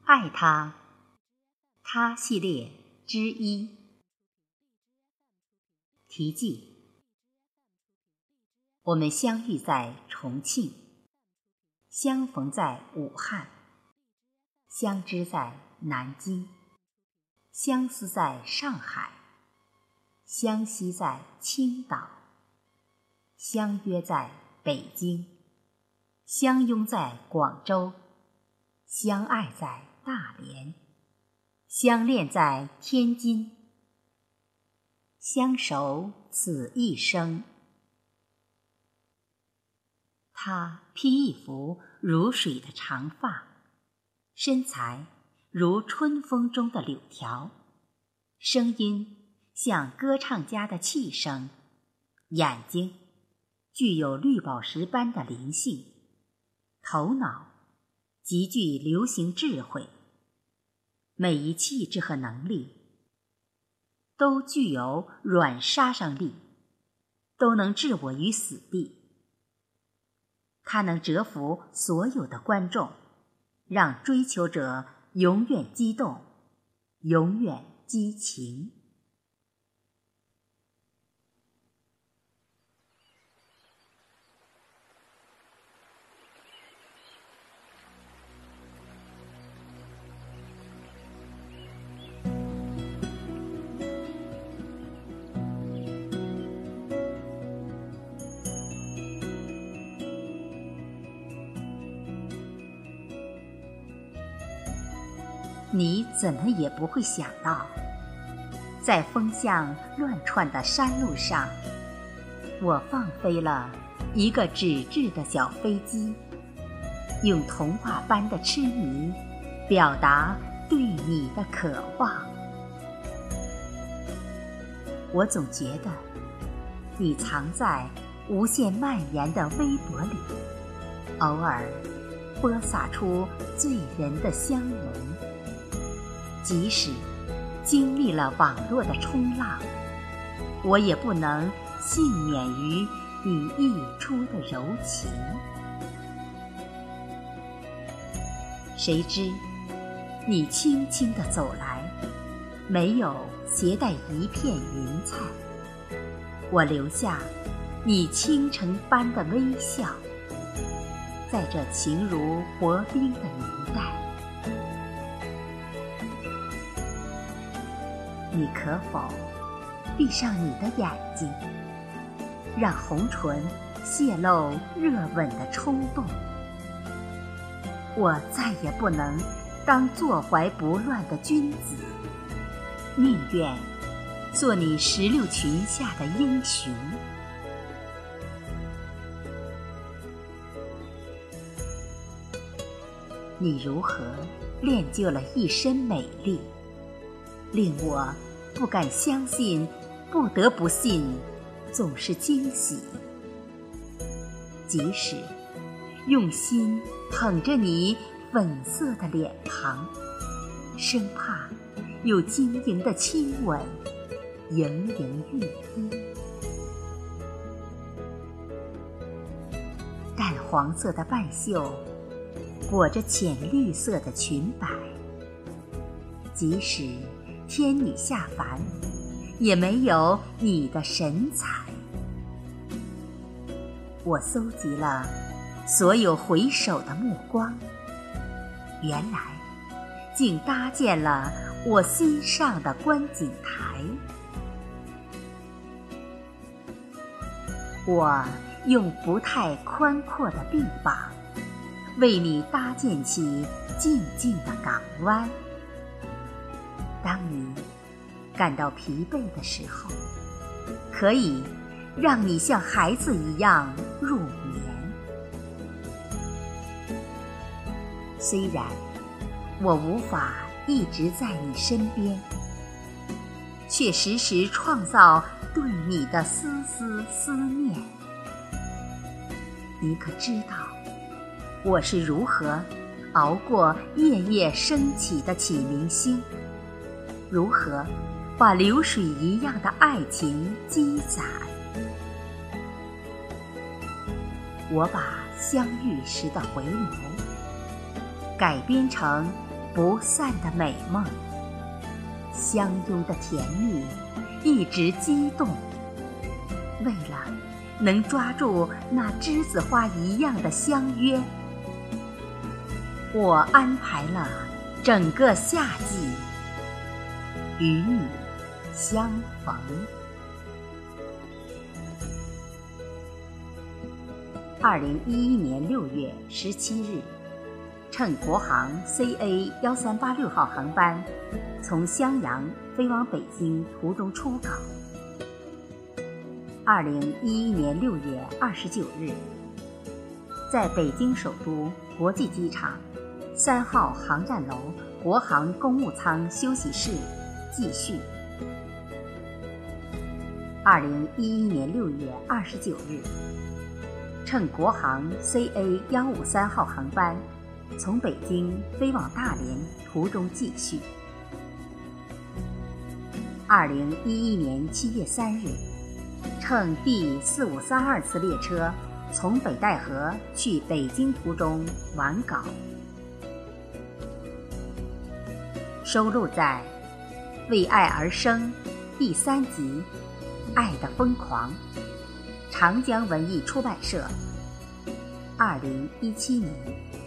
爱他，他系列之一。题记：我们相遇在重庆，相逢在武汉，相知在南京，相思在上海，相惜在青岛，相约在北京，相拥在广州，相爱在大连，相恋在天津，相守此一生。他披一幅如水的长发，身材如春风中的柳条，声音像歌唱家的气声，眼睛具有绿宝石般的灵性，头脑极具流行智慧，每一气质和能力都具有软杀伤力，都能置我于死地。它能折服所有的观众，让追求者永远激动，永远激情。你怎么也不会想到，在风向乱窜的山路上，我放飞了一个纸质的小飞机，用童话般的痴迷表达对你的渴望。我总觉得你藏在无限蔓延的微博里，偶尔播撒出醉人的香浓。即使经历了网络的冲浪，我也不能幸免于你溢出的柔情。谁知你轻轻地走来，没有携带一片云彩，我留下你倾城般的微笑。在这情如薄冰的年代，你可否闭上你的眼睛，让红唇泄露热吻的冲动？我再也不能当坐怀不乱的君子，宁愿做你16裙下的英雄。你如何练就了一身美丽，令我不敢相信，不得不信，总是惊喜。即使用心捧着你粉色的脸庞，生怕有晶莹的亲吻盈盈欲滴。淡黄色的半袖裹着浅绿色的裙摆，即使天女下凡，也没有你的神采。我搜集了所有回首的目光，原来竟搭建了我心上的观景台。我用不太宽阔的臂膀，为你搭建起静静的港湾。当你感到疲惫的时候，可以让你像孩子一样入眠。虽然我无法一直在你身边，却时时创造对你的丝丝思念。你可知道我是如何熬过夜夜升起的启明星，如何把流水一样的爱情积攒？我把相遇时的回眸改编成不散的美梦，相拥的甜蜜，一直激动。为了能抓住那栀子花一样的相约，我安排了整个夏季与你相逢。2011年6月17日，乘国航 CA1386号航班从襄阳飞往北京途中初稿。2011年6月29日，在北京首都国际机场3号航站楼国航公务舱休息室继续。2011年6月29日，乘国航 CA153号航班从北京飞往大连途中继续。2011年7月3日，乘第4532次列车从北戴河去北京途中完稿。收录在《为爱而生》第3集《爱的疯狂》，长江文艺出版社，2017年